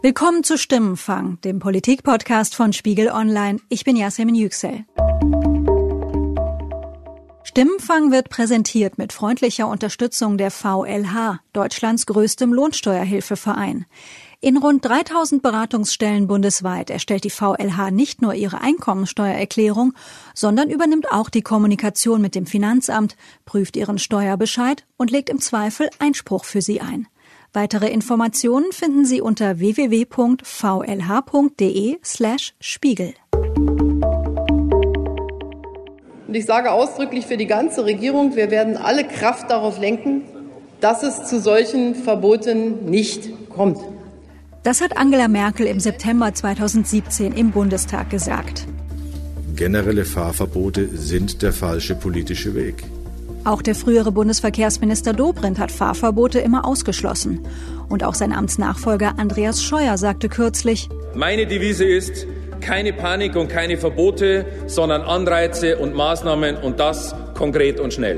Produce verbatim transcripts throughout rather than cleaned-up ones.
Willkommen zu Stimmenfang, dem Politik-Podcast von Spiegel Online. Ich bin Yasemin Yüksel. Stimmenfang wird präsentiert mit freundlicher Unterstützung der V L H, Deutschlands größtem Lohnsteuerhilfeverein. In rund dreitausend Beratungsstellen bundesweit erstellt die V L H nicht nur ihre Einkommensteuererklärung, sondern übernimmt auch die Kommunikation mit dem Finanzamt, prüft ihren Steuerbescheid und legt im Zweifel Einspruch für sie ein. Weitere Informationen finden Sie unter w w w punkt v l h punkt d e slash Spiegel. Und ich sage ausdrücklich für die ganze Regierung, wir werden alle Kraft darauf lenken, dass es zu solchen Verboten nicht kommt. Das hat Angela Merkel im September zweitausendsiebzehn im Bundestag gesagt. Generelle Fahrverbote sind der falsche politische Weg. Auch der frühere Bundesverkehrsminister Dobrindt hat Fahrverbote immer ausgeschlossen. Und auch sein Amtsnachfolger Andreas Scheuer sagte kürzlich: Meine Devise ist, keine Panik und keine Verbote, sondern Anreize und Maßnahmen und das konkret und schnell.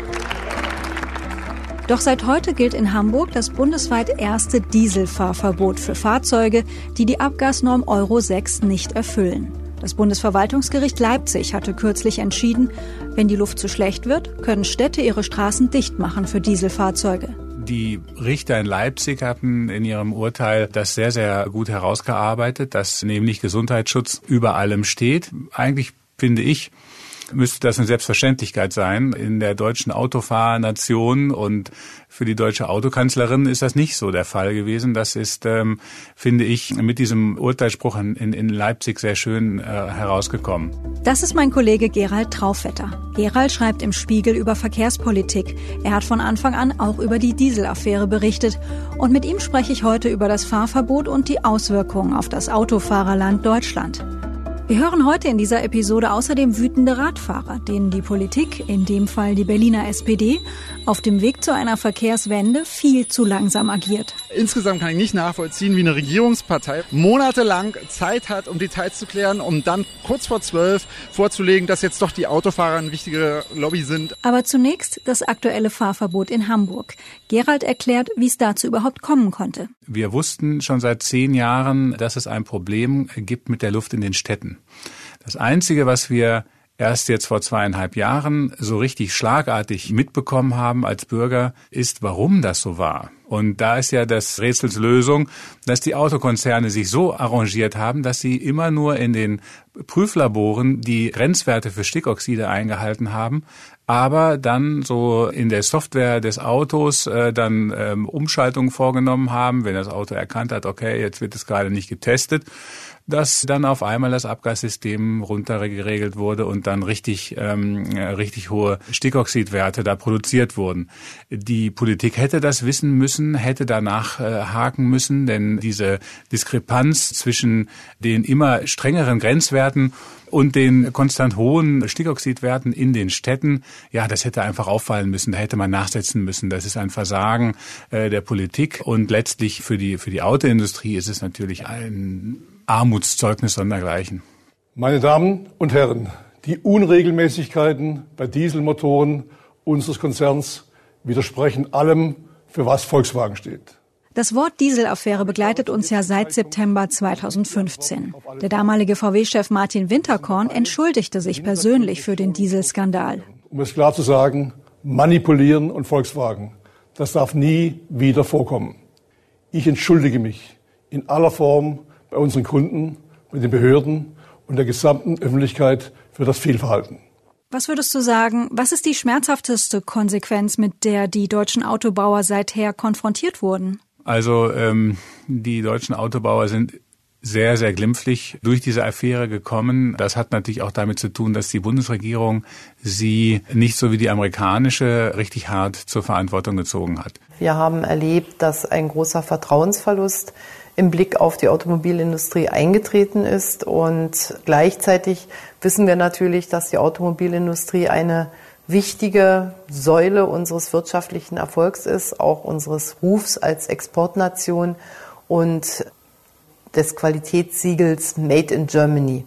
Doch seit heute gilt in Hamburg das bundesweit erste Dieselfahrverbot für Fahrzeuge, die die Abgasnorm Euro sechs nicht erfüllen. Das Bundesverwaltungsgericht Leipzig hatte kürzlich entschieden, wenn die Luft zu schlecht wird, können Städte ihre Straßen dicht machen für Dieselfahrzeuge. Die Richter in Leipzig hatten in ihrem Urteil das sehr, sehr gut herausgearbeitet, dass nämlich Gesundheitsschutz über allem steht. Eigentlich finde ich, müsste das eine Selbstverständlichkeit sein in der deutschen Autofahrernation, und für die deutsche Autokanzlerin ist das nicht so der Fall gewesen. Das ist, ähm, finde ich, mit diesem Urteilsspruch in, in Leipzig sehr schön äh, herausgekommen. Das ist mein Kollege Gerald Traufetter. Gerald schreibt im Spiegel über Verkehrspolitik. Er hat von Anfang an auch über die Dieselaffäre berichtet. Und mit ihm spreche ich heute über das Fahrverbot und die Auswirkungen auf das Autofahrerland Deutschland. Wir hören heute in dieser Episode außerdem wütende Radfahrer, denen die Politik, in dem Fall die Berliner S P D, auf dem Weg zu einer Verkehrswende viel zu langsam agiert. Insgesamt kann ich nicht nachvollziehen, wie eine Regierungspartei monatelang Zeit hat, um Details zu klären, um dann kurz vor zwölf vorzulegen, dass jetzt doch die Autofahrer eine wichtige Lobby sind. Aber zunächst das aktuelle Fahrverbot in Hamburg. Gerald erklärt, wie es dazu überhaupt kommen konnte. Wir wussten schon seit zehn Jahren, dass es ein Problem gibt mit der Luft in den Städten. Das Einzige, was wir erst jetzt vor zweieinhalb Jahren so richtig schlagartig mitbekommen haben als Bürger, ist, warum das so war. Und da ist ja das Rätsels Lösung, dass die Autokonzerne sich so arrangiert haben, dass sie immer nur in den Prüflaboren die Grenzwerte für Stickoxide eingehalten haben, aber dann so in der Software des Autos äh, dann ähm, Umschaltungen vorgenommen haben, wenn das Auto erkannt hat, okay, jetzt wird es gerade nicht getestet, dass dann auf einmal das Abgassystem runtergeregelt wurde und dann richtig ähm, richtig hohe Stickoxidwerte da produziert wurden. Die Politik hätte das wissen müssen, hätte danach äh, haken müssen, denn diese Diskrepanz zwischen den immer strengeren Grenzwerten und den konstant hohen Stickoxidwerten in den Städten, ja, das hätte einfach auffallen müssen, da hätte man nachsetzen müssen. Das ist ein Versagen äh, der Politik, und letztlich für die für die Autoindustrie ist es natürlich ein Armutszeugnis sondergleichen. Meine Damen und Herren, die Unregelmäßigkeiten bei Dieselmotoren unseres Konzerns widersprechen allem, für was Volkswagen steht. Das Wort Dieselaffäre begleitet uns ja seit September zweitausendfünfzehn. Der damalige V W-Chef Martin Winterkorn entschuldigte sich persönlich für den Dieselskandal. Um es klar zu sagen, manipulieren und Volkswagen, das darf nie wieder vorkommen. Ich entschuldige mich in aller Form bei unseren Kunden, bei den Behörden und der gesamten Öffentlichkeit für das Fehlverhalten. Was würdest du sagen, was ist die schmerzhafteste Konsequenz, mit der die deutschen Autobauer seither konfrontiert wurden? Also ähm, die deutschen Autobauer sind sehr, sehr glimpflich durch diese Affäre gekommen. Das hat natürlich auch damit zu tun, dass die Bundesregierung sie nicht so wie die amerikanische richtig hart zur Verantwortung gezogen hat. Wir haben erlebt, dass ein großer Vertrauensverlust im Blick auf die Automobilindustrie eingetreten ist. Und gleichzeitig wissen wir natürlich, dass die Automobilindustrie eine wichtige Säule unseres wirtschaftlichen Erfolgs ist, auch unseres Rufs als Exportnation und des Qualitätssiegels Made in Germany.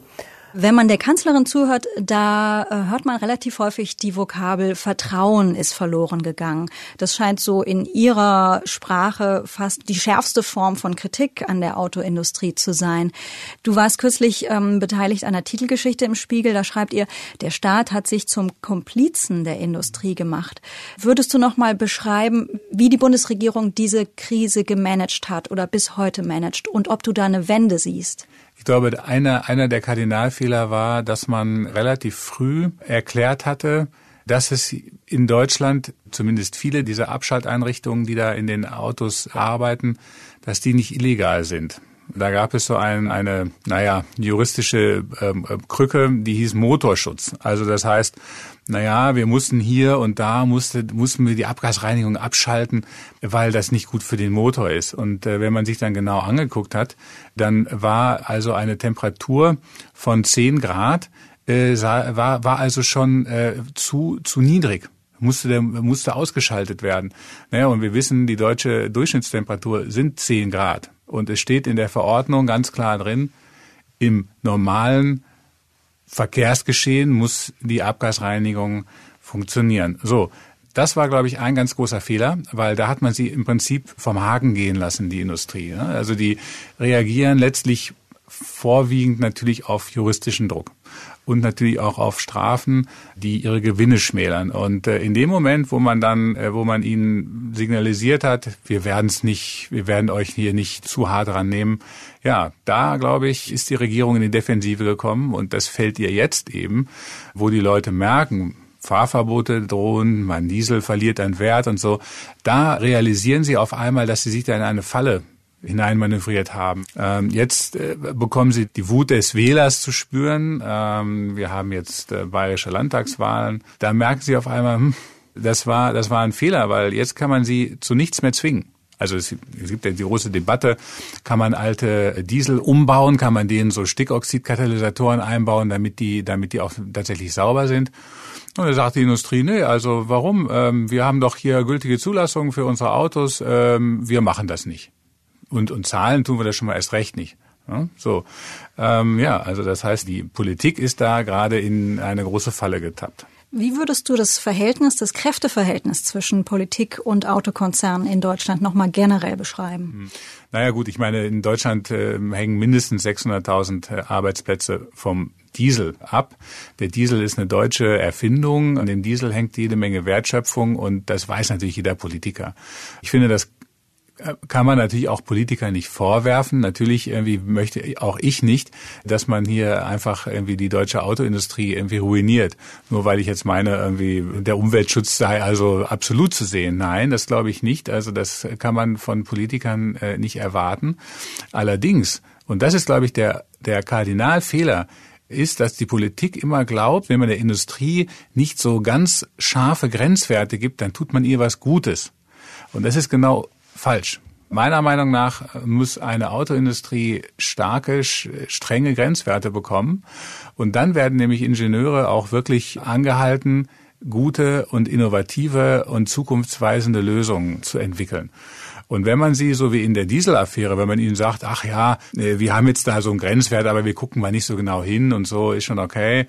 Wenn man der Kanzlerin zuhört, da äh, hört man relativ häufig die Vokabel Vertrauen ist verloren gegangen. Das scheint so in ihrer Sprache fast die schärfste Form von Kritik an der Autoindustrie zu sein. Du warst kürzlich ähm, beteiligt an einer Titelgeschichte im Spiegel, da schreibt ihr, der Staat hat sich zum Komplizen der Industrie gemacht. Würdest du noch mal beschreiben, wie die Bundesregierung diese Krise gemanagt hat oder bis heute managt und ob du da eine Wende siehst? Ich glaube, einer, einer der Kardinalfehler war, dass man relativ früh erklärt hatte, dass es in Deutschland, zumindest viele dieser Abschalteinrichtungen, die da in den Autos arbeiten, dass die nicht illegal sind. Da gab es so ein, eine, naja, juristische ähm, Krücke, die hieß Motorschutz. Also das heißt, naja, wir mussten hier und da musste, mussten wir die Abgasreinigung abschalten, weil das nicht gut für den Motor ist. Und äh, wenn man sich dann genau angeguckt hat, dann war also eine Temperatur von zehn Grad, äh, war, war also schon äh, zu, zu niedrig. Musste, der, musste ausgeschaltet werden. Naja, und wir wissen, die deutsche Durchschnittstemperatur sind zehn Grad. Und es steht in der Verordnung ganz klar drin, im normalen Verkehrsgeschehen muss die Abgasreinigung funktionieren. So, das war, glaube ich, ein ganz großer Fehler, weil da hat man sie im Prinzip vom Haken gehen lassen, die Industrie. Also die reagieren letztlich vorwiegend natürlich auf juristischen Druck und natürlich auch auf Strafen, die ihre Gewinne schmälern. Und äh, in dem Moment, wo man dann, äh, wo man ihnen signalisiert hat, wir werden es nicht, wir werden euch hier nicht zu hart dran nehmen, ja, da, glaube ich, ist die Regierung in die Defensive gekommen und das fällt ihr jetzt eben, wo die Leute merken, Fahrverbote drohen, mein Diesel verliert an Wert und so. Da realisieren sie auf einmal, dass sie sich da in eine Falle hineinmanövriert haben. Ähm, jetzt äh, bekommen sie die Wut des Wählers zu spüren. Ähm, wir haben jetzt äh, bayerische Landtagswahlen. Da merken sie auf einmal, hm, das war, das war ein Fehler, weil jetzt kann man sie zu nichts mehr zwingen. Also es, es gibt ja die große Debatte, kann man alte Diesel umbauen, kann man denen so Stickoxidkatalysatoren einbauen, damit die, damit die auch tatsächlich sauber sind. Und da sagt die Industrie, nee, also warum? Ähm, wir haben doch hier gültige Zulassungen für unsere Autos, ähm, wir machen das nicht. Und, und zahlen tun wir das schon mal erst recht nicht. Ja, so, ähm, ja, also das heißt, die Politik ist da gerade in eine große Falle getappt. Wie würdest du das Verhältnis, das Kräfteverhältnis zwischen Politik und Autokonzernen in Deutschland nochmal generell beschreiben? Naja gut, ich meine, in Deutschland äh, hängen mindestens sechshunderttausend äh, Arbeitsplätze vom Diesel ab. Der Diesel ist eine deutsche Erfindung. An dem Diesel hängt jede Menge Wertschöpfung und das weiß natürlich jeder Politiker. Ich finde, das kann man natürlich auch Politiker nicht vorwerfen. Natürlich irgendwie möchte auch ich nicht, dass man hier einfach irgendwie die deutsche Autoindustrie irgendwie ruiniert. Nur weil ich jetzt meine, irgendwie der Umweltschutz sei also absolut zu sehen. Nein, das glaube ich nicht. Also das kann man von Politikern äh, nicht erwarten. Allerdings, und das ist, glaube ich, der, der Kardinalfehler, ist, dass die Politik immer glaubt, wenn man der Industrie nicht so ganz scharfe Grenzwerte gibt, dann tut man ihr was Gutes. Und das ist genau falsch. Meiner Meinung nach muss eine Autoindustrie starke, strenge Grenzwerte bekommen. Und dann werden nämlich Ingenieure auch wirklich angehalten, gute und innovative und zukunftsweisende Lösungen zu entwickeln. Und wenn man sie, so wie in der Dieselaffäre, wenn man ihnen sagt, ach ja, wir haben jetzt da so einen Grenzwert, aber wir gucken mal nicht so genau hin und so, ist schon okay.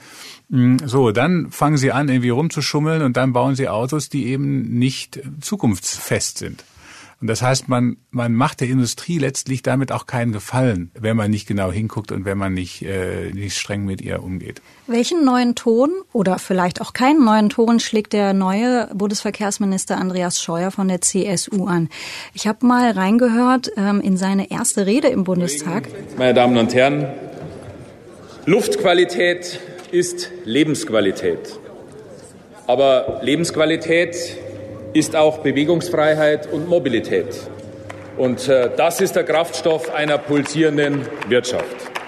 So, dann fangen sie an, irgendwie rumzuschummeln und dann bauen sie Autos, die eben nicht zukunftsfest sind. Und das heißt, man man macht der Industrie letztlich damit auch keinen Gefallen, wenn man nicht genau hinguckt und wenn man nicht äh, nicht streng mit ihr umgeht. Welchen neuen Ton oder vielleicht auch keinen neuen Ton schlägt der neue Bundesverkehrsminister Andreas Scheuer von der C S U an? Ich habe mal reingehört ähm, in seine erste Rede im Bundestag. Meine Damen und Herren, Luftqualität ist Lebensqualität. Aber Lebensqualität ist auch Bewegungsfreiheit und Mobilität. Und äh, das ist der Kraftstoff einer pulsierenden Wirtschaft.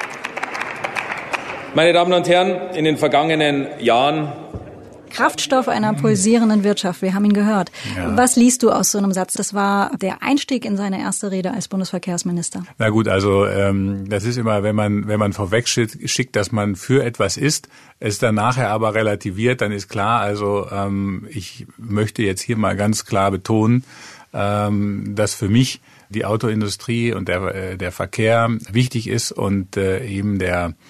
Meine Damen und Herren, in den vergangenen Jahren Kraftstoff einer pulsierenden Wirtschaft, wir haben ihn gehört. Ja. Was liest du aus so einem Satz? Das war der Einstieg in seine erste Rede als Bundesverkehrsminister. Na gut, also ähm, das ist immer, wenn man wenn man vorweg schickt, dass man für etwas ist, es dann nachher aber relativiert, dann ist klar, also ähm, ich möchte jetzt hier mal ganz klar betonen, ähm, dass für mich die Autoindustrie und der, äh, der Verkehr wichtig ist und äh, eben der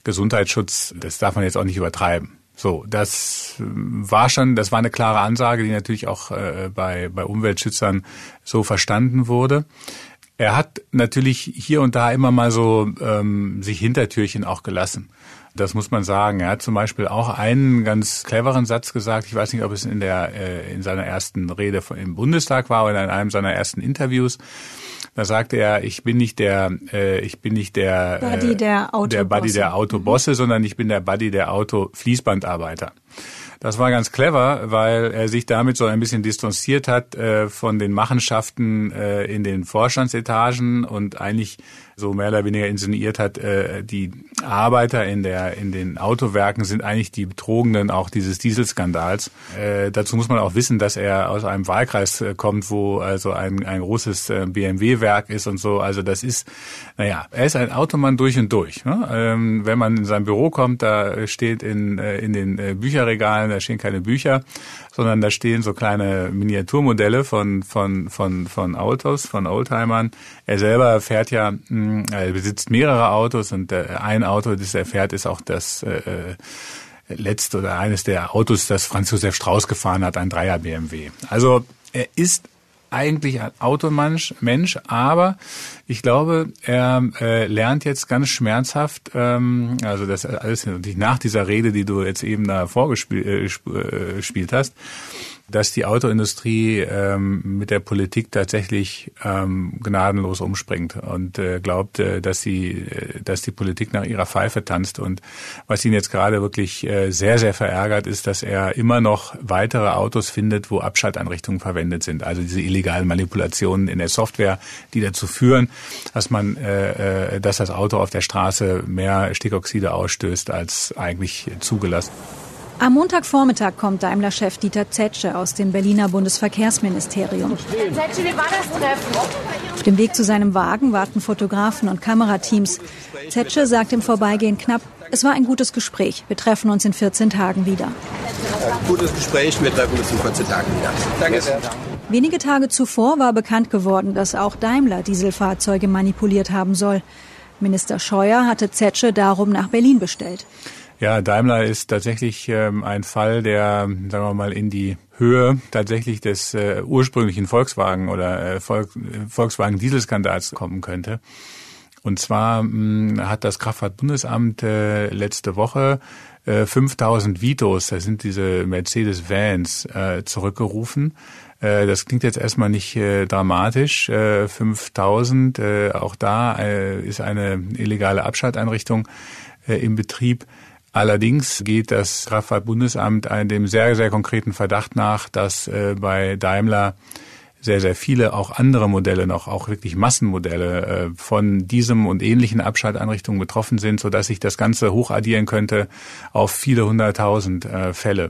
Gesundheitsschutz, das darf man jetzt auch nicht übertreiben. So, das war schon, das war eine klare Ansage, die natürlich auch äh, bei, bei Umweltschützern so verstanden wurde. Er hat natürlich hier und da immer mal so ähm, sich Hintertürchen auch gelassen. Das muss man sagen. Er hat zum Beispiel auch einen ganz cleveren Satz gesagt. Ich weiß nicht, ob es in der äh, in seiner ersten Rede im Bundestag war oder in einem seiner ersten Interviews. Da sagte er, ich bin nicht der, äh, ich bin nicht der, äh, Buddy der Autobosse, der Buddy der Autobosse, mhm. sondern ich bin der Buddy der Autofließbandarbeiter. Das war ganz clever, weil er sich damit so ein bisschen distanziert hat äh, von den Machenschaften äh, in den Vorstandsetagen und eigentlich so mehr oder weniger insinuiert hat, äh, die Arbeiter in der in den Autowerken sind eigentlich die Betrogenen auch dieses Dieselskandals. Äh, dazu muss man auch wissen, dass er aus einem Wahlkreis äh, kommt, wo also ein ein großes äh, B M W-Werk ist und so. Also das ist, naja, er ist ein Automann durch und durch. Ne? Ähm, wenn man in sein Büro kommt, da steht in äh, in den äh, Bücherregalen, da stehen keine Bücher, sondern da stehen so kleine Miniaturmodelle von von von von Autos, von Oldtimern. Er selber fährt ja, mh, er besitzt mehrere Autos und äh, ein Auto, das er fährt, ist auch das äh, letzte oder eines der Autos, das Franz Josef Strauß gefahren hat, ein Dreier B M W. Also er ist eigentlich ein Automensch, Mensch, aber ich glaube, er äh, lernt jetzt ganz schmerzhaft, ähm, also das alles natürlich nach dieser Rede, die du jetzt eben da vorgespielt äh, gespielt hast, dass die Autoindustrie ähm, mit der Politik tatsächlich ähm, gnadenlos umspringt und äh, glaubt, äh, dass sie, äh, dass die Politik nach ihrer Pfeife tanzt. Und was ihn jetzt gerade wirklich äh, sehr, sehr verärgert, ist, dass er immer noch weitere Autos findet, wo Abschalteinrichtungen verwendet sind. Also diese illegalen Manipulationen in der Software, die dazu führen, dass man, äh, äh, dass das Auto auf der Straße mehr Stickoxide ausstößt als eigentlich zugelassen. Am Montagvormittag kommt Daimler-Chef Dieter Zetsche aus dem Berliner Bundesverkehrsministerium. Herr Zetsche, wie war das Treffen? Auf dem Weg zu seinem Wagen warten Fotografen und Kamerateams. Zetsche sagt im Vorbeigehen knapp, es war ein gutes Gespräch. Wir treffen uns in vierzehn Tagen wieder. Ja, gutes Gespräch, wir treffen uns in vierzehn Tagen wieder. Danke sehr. Wenige Tage zuvor war bekannt geworden, dass auch Daimler Dieselfahrzeuge manipuliert haben soll. Minister Scheuer hatte Zetsche darum nach Berlin bestellt. Ja, Daimler ist tatsächlich ähm, ein Fall, der, sagen wir mal, in die Höhe tatsächlich des äh, ursprünglichen Volkswagen oder äh, Volk, Volkswagen Dieselskandals kommen könnte. Und zwar mh, hat das Kraftfahrtbundesamt äh, letzte Woche äh, fünftausend Vitos, das sind diese Mercedes-Vans, äh, zurückgerufen. Äh, das klingt jetzt erstmal nicht äh, dramatisch. Äh, fünftausend, äh, auch da äh, ist eine illegale Abschalteinrichtung äh, im Betrieb. Allerdings geht das Kraftfahrtbundesamt dem sehr, sehr konkreten Verdacht nach, dass äh, bei Daimler sehr, sehr viele auch andere Modelle noch, auch wirklich Massenmodelle äh, von diesem und ähnlichen Abschalteinrichtungen betroffen sind, sodass sich das Ganze hochaddieren könnte auf viele hunderttausend äh, Fälle.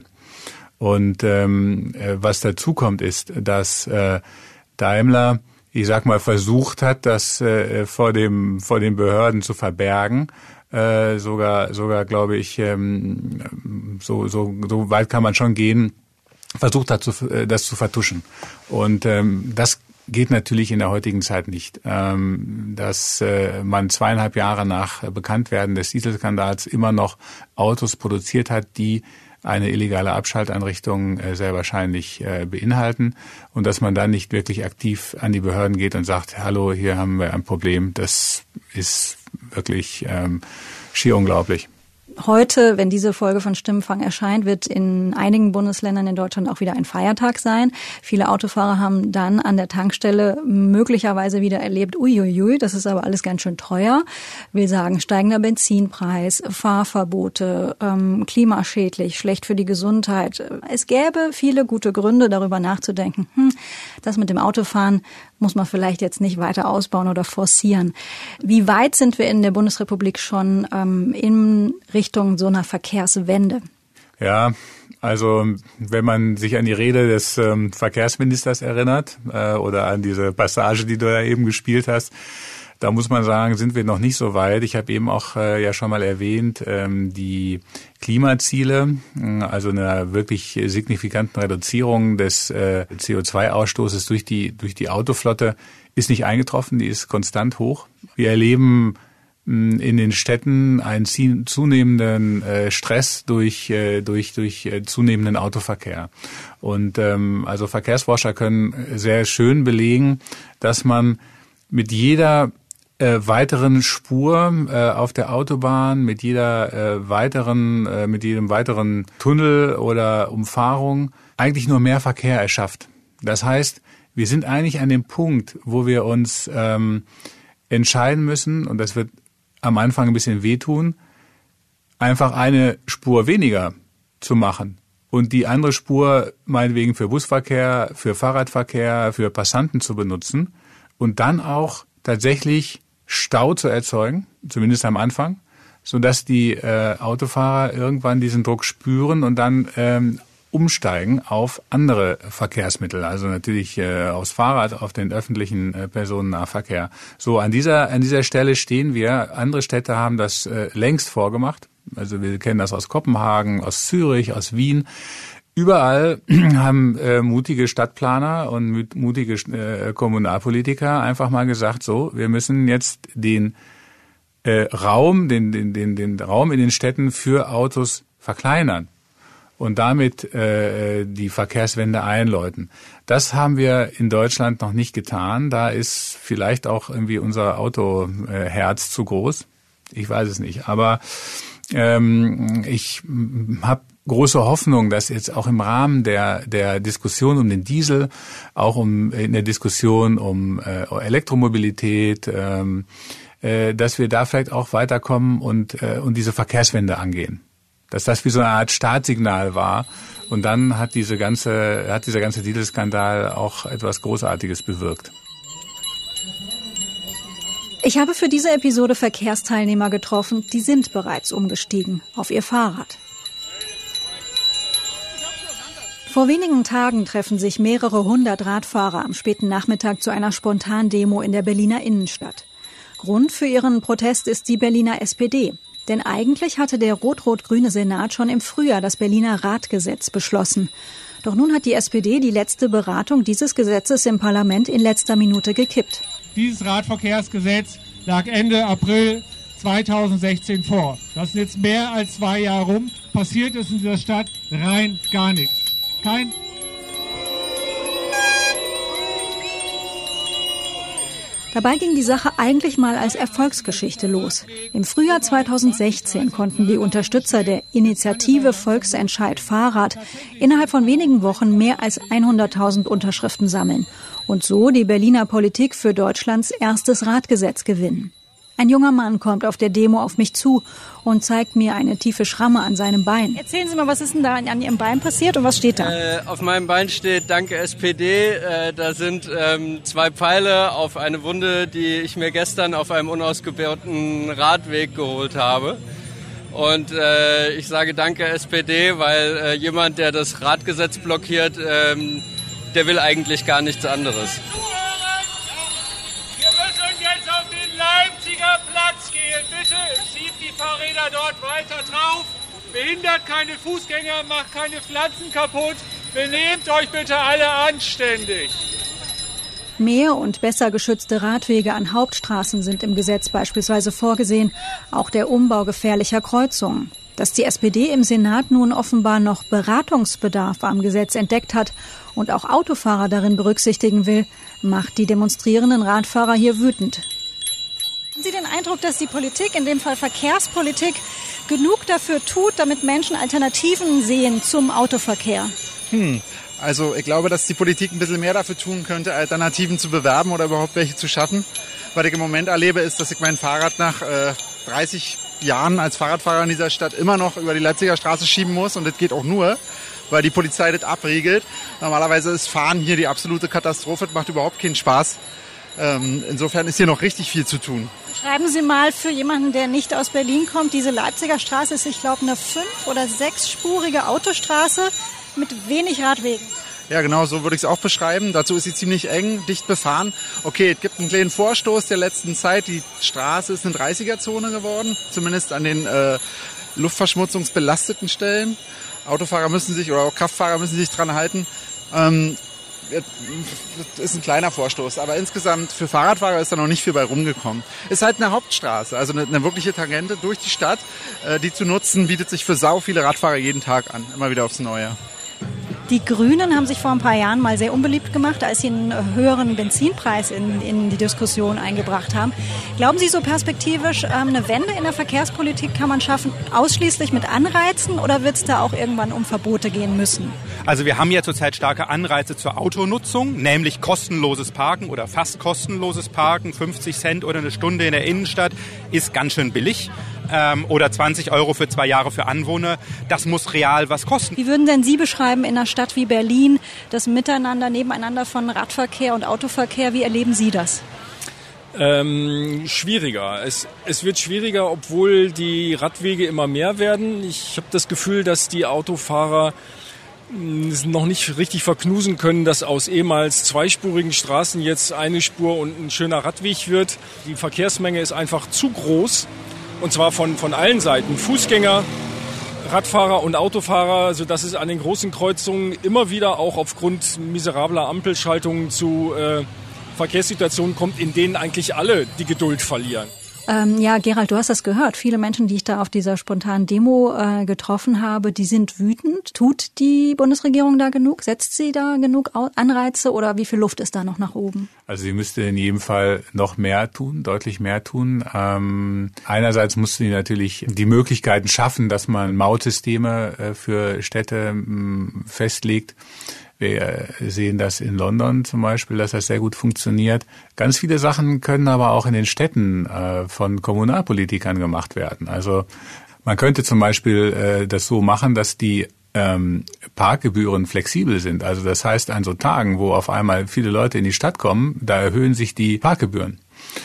Und ähm, äh, was dazu kommt, ist, dass äh, Daimler, ich sag mal, versucht hat, das äh, vor dem vor den Behörden zu verbergen. Äh, sogar, sogar glaube ich, ähm, so, so, so weit kann man schon gehen, versucht hat, zu, äh, das zu vertuschen. Und ähm, das geht natürlich in der heutigen Zeit nicht. Ähm, dass äh, man zweieinhalb Jahre nach Bekanntwerden des Dieselskandals immer noch Autos produziert hat, die eine illegale Abschalteinrichtung äh, sehr wahrscheinlich äh, beinhalten und dass man dann nicht wirklich aktiv an die Behörden geht und sagt, hallo, hier haben wir ein Problem, das ist wirklich ähm, schier unglaublich. Heute, wenn diese Folge von Stimmenfang erscheint, wird in einigen Bundesländern in Deutschland auch wieder ein Feiertag sein. Viele Autofahrer haben dann an der Tankstelle möglicherweise wieder erlebt, uiuiui, das ist aber alles ganz schön teuer. Will sagen, steigender Benzinpreis, Fahrverbote, ähm, klimaschädlich, schlecht für die Gesundheit. Es gäbe viele gute Gründe, darüber nachzudenken, hm, das mit dem Autofahren muss man vielleicht jetzt nicht weiter ausbauen oder forcieren. Wie weit sind wir in der Bundesrepublik schon ähm, in Richtung so einer Verkehrswende? Ja, also wenn man sich an die Rede des ähm, Verkehrsministers erinnert äh, oder an diese Passage, die du da eben gespielt hast, da muss man sagen, sind wir noch nicht so weit. Ich habe eben auch äh, ja schon mal erwähnt, ähm, die Klimaziele, also einer wirklich signifikanten Reduzierung des äh, C O zwei Ausstoßes durch die durch die Autoflotte ist nicht eingetroffen, die ist konstant hoch. Wir erleben in den Städten einen zunehmenden äh, Stress durch äh, durch durch äh, zunehmenden Autoverkehr. Und ähm, also Verkehrsforscher können sehr schön belegen, dass man mit jeder äh, weiteren Spur äh, auf der Autobahn, mit jeder äh, weiteren äh, mit jedem weiteren Tunnel oder Umfahrung eigentlich nur mehr Verkehr erschafft. Das heißt, wir sind eigentlich an dem Punkt, wo wir uns ähm, entscheiden müssen, und das wird am Anfang ein bisschen wehtun, einfach eine Spur weniger zu machen und die andere Spur meinetwegen für Busverkehr, für Fahrradverkehr, für Passanten zu benutzen und dann auch tatsächlich Stau zu erzeugen, zumindest am Anfang, sodass die äh, Autofahrer irgendwann diesen Druck spüren und dann ähm, umsteigen auf andere Verkehrsmittel, also natürlich äh, aufs Fahrrad, auf den öffentlichen äh, Personennahverkehr. So, an dieser an dieser Stelle stehen wir. Andere Städte haben das äh, längst vorgemacht. Also wir kennen das aus Kopenhagen, aus Zürich, aus Wien. Überall haben äh, mutige Stadtplaner und mutige äh, Kommunalpolitiker einfach mal gesagt, so, wir müssen jetzt den äh, Raum, den den den den Raum in den Städten für Autos verkleinern und damit äh, die Verkehrswende einläuten. Das haben wir in Deutschland noch nicht getan. Da ist vielleicht auch irgendwie unser Autoherz zu groß. Ich weiß es nicht. Aber ähm, ich habe große Hoffnung, dass jetzt auch im Rahmen der der Diskussion um den Diesel, auch um in der Diskussion um äh, Elektromobilität, ähm, äh, dass wir da vielleicht auch weiterkommen und äh, und diese Verkehrswende angehen. Dass das wie so eine Art Startsignal war. Und dann hat diese ganze, hat dieser ganze Dieselskandal auch etwas Großartiges bewirkt. Ich habe für diese Episode Verkehrsteilnehmer getroffen, die sind bereits umgestiegen auf ihr Fahrrad. Vor wenigen Tagen treffen sich mehrere hundert Radfahrer am späten Nachmittag zu einer Spontandemo in der Berliner Innenstadt. Grund für ihren Protest ist die Berliner S P D. Denn eigentlich hatte der rot-rot-grüne Senat schon im Frühjahr das Berliner Radgesetz beschlossen. Doch nun hat die S P D die letzte Beratung dieses Gesetzes im Parlament in letzter Minute gekippt. Dieses Radverkehrsgesetz lag Ende April zweitausendsechzehn vor. Das ist jetzt mehr als zwei Jahre rum. Passiert ist in dieser Stadt rein gar nichts. Kein Dabei ging die Sache eigentlich mal als Erfolgsgeschichte los. Im Frühjahr zweitausendsechzehn konnten die Unterstützer der Initiative Volksentscheid Fahrrad innerhalb von wenigen Wochen mehr als hunderttausend Unterschriften sammeln und so die Berliner Politik für Deutschlands erstes Radgesetz gewinnen. Ein junger Mann kommt auf der Demo auf mich zu und zeigt mir eine tiefe Schramme an seinem Bein. Erzählen Sie mal, was ist denn da an Ihrem Bein passiert und was steht da? Äh, auf meinem Bein steht Danke S P D. Äh, da sind ähm, zwei Pfeile auf eine Wunde, die ich mir gestern auf einem unausgebauten Radweg geholt habe. Und äh, ich sage Danke S P D, weil äh, jemand, der das Radgesetz blockiert, ähm, der will eigentlich gar nichts anderes. Leipziger Platz gehen, bitte schiebt die Fahrräder dort weiter drauf, behindert keine Fußgänger, macht keine Pflanzen kaputt, benehmt euch bitte alle anständig. Mehr und besser geschützte Radwege an Hauptstraßen sind im Gesetz beispielsweise vorgesehen, auch der Umbau gefährlicher Kreuzungen. Dass die S P D im Senat nun offenbar noch Beratungsbedarf am Gesetz entdeckt hat und auch Autofahrer darin berücksichtigen will, macht die demonstrierenden Radfahrer hier wütend. Haben Sie den Eindruck, dass die Politik, in dem Fall Verkehrspolitik, genug dafür tut, damit Menschen Alternativen sehen zum Autoverkehr? Hm. Also ich glaube, dass die Politik ein bisschen mehr dafür tun könnte, Alternativen zu bewerben oder überhaupt welche zu schaffen. Was ich im Moment erlebe, ist, dass ich mein Fahrrad nach äh, dreißig Jahren als Fahrradfahrer in dieser Stadt immer noch über die Leipziger Straße schieben muss. Und das geht auch nur, weil die Polizei das abriegelt. Normalerweise ist Fahren hier die absolute Katastrophe. Das macht überhaupt keinen Spaß. Ähm, insofern ist hier noch richtig viel zu tun. Schreiben Sie mal für jemanden, der nicht aus Berlin kommt, diese Leipziger Straße ist, ich glaube, eine fünf- oder sechsspurige Autostraße mit wenig Radwegen. Ja, genau, so würde ich es auch beschreiben. Dazu ist sie ziemlich eng, dicht befahren. Okay, es gibt einen kleinen Vorstoß der letzten Zeit. Die Straße ist eine dreißiger-Zone geworden, zumindest an den äh, luftverschmutzungsbelasteten Stellen. Autofahrer müssen sich oder auch Kraftfahrer müssen sich dran halten. Ähm, das ist ein kleiner Vorstoß. Aber insgesamt für Fahrradfahrer ist da noch nicht viel bei rumgekommen. Ist halt eine Hauptstraße, also eine, eine wirkliche Tangente durch die Stadt. Die zu nutzen, bietet sich für sau viele Radfahrer jeden Tag an, immer wieder aufs Neue. Die Grünen haben sich vor ein paar Jahren mal sehr unbeliebt gemacht, als sie einen höheren Benzinpreis in, in die Diskussion eingebracht haben. Glauben Sie, so perspektivisch ähm, eine Wende in der Verkehrspolitik kann man schaffen, ausschließlich mit Anreizen, oder wird es da auch irgendwann um Verbote gehen müssen? Also wir haben ja zurzeit starke Anreize zur Autonutzung, nämlich kostenloses Parken oder fast kostenloses Parken. fünfzig Cent oder eine Stunde in der Innenstadt ist ganz schön billig. Ähm, oder zwanzig Euro für zwei Jahre für Anwohner. Das muss real was kosten. Wie würden denn Sie beschreiben in einer Stadt wie Berlin das Miteinander, Nebeneinander von Radverkehr und Autoverkehr? Wie erleben Sie das? Ähm, schwieriger. Es, es wird schwieriger, obwohl die Radwege immer mehr werden. Ich habe das Gefühl, dass die Autofahrer noch nicht richtig verknusen können, dass aus ehemals zweispurigen Straßen jetzt eine Spur und ein schöner Radweg wird. Die Verkehrsmenge ist einfach zu groß. Und zwar von, von allen Seiten. Fußgänger, Radfahrer und Autofahrer, sodass es an den großen Kreuzungen immer wieder auch aufgrund miserabler Ampelschaltungen zu äh, Verkehrssituationen kommt, in denen eigentlich alle die Geduld verlieren. Ähm, ja, Gerald, du hast das gehört. Viele Menschen, die ich da auf dieser spontanen Demo äh, getroffen habe, die sind wütend. Tut die Bundesregierung da genug? Setzt sie da genug Anreize oder wie viel Luft ist da noch nach oben? Also sie müsste in jedem Fall noch mehr tun, deutlich mehr tun. Ähm, einerseits musste sie natürlich die Möglichkeiten schaffen, dass man Mautsysteme äh, für Städte ähm, festlegt. Wir sehen das in London zum Beispiel, dass das sehr gut funktioniert. Ganz viele Sachen können aber auch in den Städten äh, von Kommunalpolitikern gemacht werden. Also man könnte zum Beispiel äh, das so machen, dass die ähm, Parkgebühren flexibel sind. Also das heißt, an so Tagen, wo auf einmal viele Leute in die Stadt kommen, da erhöhen sich die Parkgebühren.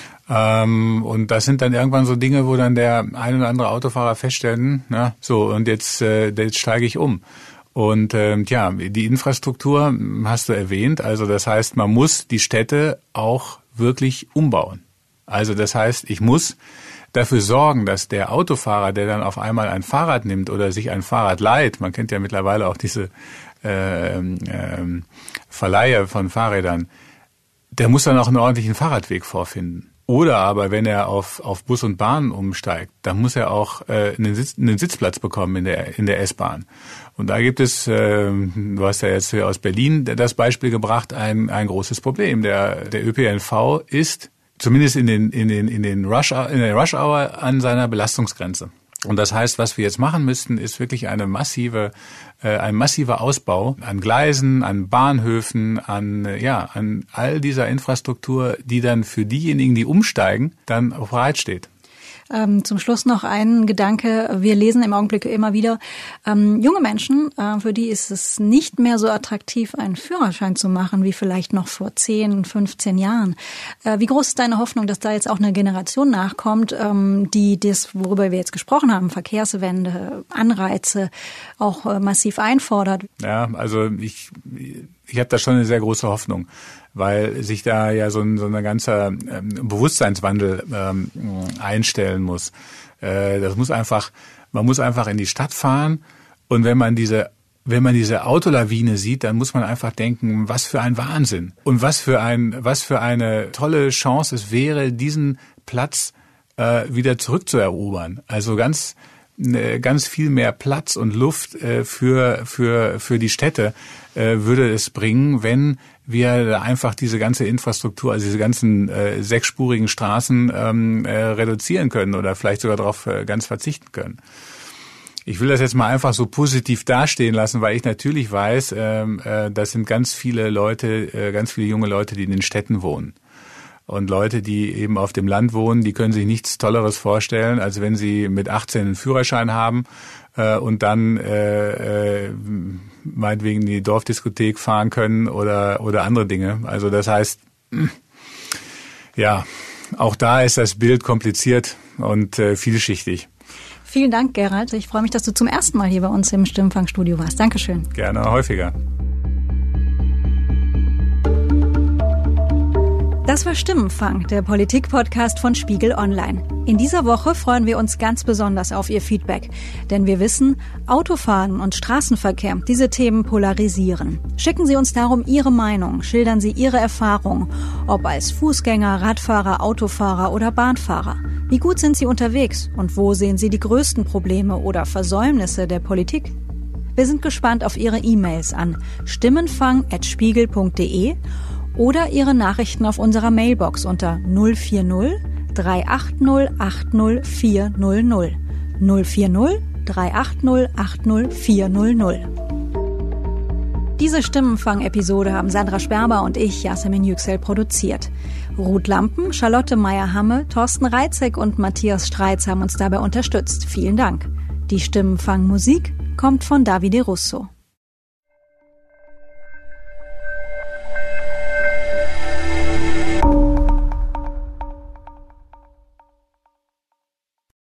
Ähm, und das sind dann irgendwann so Dinge, wo dann der ein oder andere Autofahrer feststellen, na, so und jetzt, äh, jetzt steige ich um. Und ähm, ja, die Infrastruktur hast du erwähnt. Also das heißt, man muss die Städte auch wirklich umbauen. Also das heißt, ich muss dafür sorgen, dass der Autofahrer, der dann auf einmal ein Fahrrad nimmt oder sich ein Fahrrad leiht, man kennt ja mittlerweile auch diese äh, äh, Verleihe von Fahrrädern, der muss dann auch einen ordentlichen Fahrradweg vorfinden. Oder aber, wenn er auf, auf Bus und Bahn umsteigt, dann muss er auch äh, einen, Sitz, einen Sitzplatz bekommen in der, in der S-Bahn. Und da gibt es, äh, du hast ja jetzt hier aus Berlin das Beispiel gebracht, ein, ein großes Problem. Der, der Ö P N V ist zumindest in den, in den, in den Rush, in der Rush Hour an seiner Belastungsgrenze. Und das heißt, was wir jetzt machen müssten, ist wirklich eine massive, äh, ein massiver Ausbau an Gleisen, an Bahnhöfen, an, äh, ja, an all dieser Infrastruktur, die dann für diejenigen, die umsteigen, dann auch bereitsteht. Ähm, zum Schluss noch ein Gedanke. Wir lesen im Augenblick immer wieder, ähm, junge Menschen, äh, für die ist es nicht mehr so attraktiv, einen Führerschein zu machen, wie vielleicht noch vor zehn, fünfzehn Jahren. Äh, wie groß ist deine Hoffnung, dass da jetzt auch eine Generation nachkommt, ähm, die das, worüber wir jetzt gesprochen haben, Verkehrswende, Anreize, auch äh, massiv einfordert? Ja, also ich, ich habe da schon eine sehr große Hoffnung, weil sich da ja so ein, so ein ganzer ähm, Bewusstseinswandel ähm, einstellen muss. Äh, das muss einfach, man muss einfach in die Stadt fahren und wenn man diese, wenn man diese Autolawine sieht, dann muss man einfach denken, was für ein Wahnsinn und was für ein, was für eine tolle Chance es wäre, diesen Platz äh, wieder zurückzuerobern. Also ganz ganz viel mehr Platz und Luft äh, für für für die Städte äh, würde es bringen, wenn wir einfach diese ganze Infrastruktur, also diese ganzen äh, sechsspurigen Straßen ähm, äh, reduzieren können oder vielleicht sogar darauf äh, ganz verzichten können. Ich will das jetzt mal einfach so positiv dastehen lassen, weil ich natürlich weiß, äh, äh, das sind ganz viele Leute, äh, ganz viele junge Leute, die in den Städten wohnen. Und Leute, die eben auf dem Land wohnen, die können sich nichts Tolleres vorstellen, als wenn sie mit achtzehn einen Führerschein haben äh, und dann äh, äh, meinetwegen in die Dorfdiskothek fahren können oder oder andere Dinge. Also das heißt, ja, auch da ist das Bild kompliziert und äh, vielschichtig. Vielen Dank, Gerald. Ich freue mich, dass du zum ersten Mal hier bei uns im Stimmfangstudio warst. Dankeschön. Gerne häufiger. Das war Stimmenfang, der Politik-Podcast von Spiegel Online. In dieser Woche freuen wir uns ganz besonders auf Ihr Feedback. Denn wir wissen, Autofahren und Straßenverkehr, diese Themen polarisieren. Schicken Sie uns darum Ihre Meinung, schildern Sie Ihre Erfahrungen, ob als Fußgänger, Radfahrer, Autofahrer oder Bahnfahrer. Wie gut sind Sie unterwegs und wo sehen Sie die größten Probleme oder Versäumnisse der Politik? Wir sind gespannt auf Ihre E-Mails an stimmenfang at spiegel punkt de oder Ihre Nachrichten auf unserer Mailbox unter null vier null drei acht null acht null vier null null. null vier null drei acht null acht null vier null null. Diese Stimmenfang-Episode haben Sandra Sperber und ich, Yasemin Yüksel, produziert. Ruth Lampen, Charlotte Meyer-Hamme, Thorsten Reitzek und Matthias Streitz haben uns dabei unterstützt. Vielen Dank. Die Stimmenfang-Musik kommt von Davide Russo.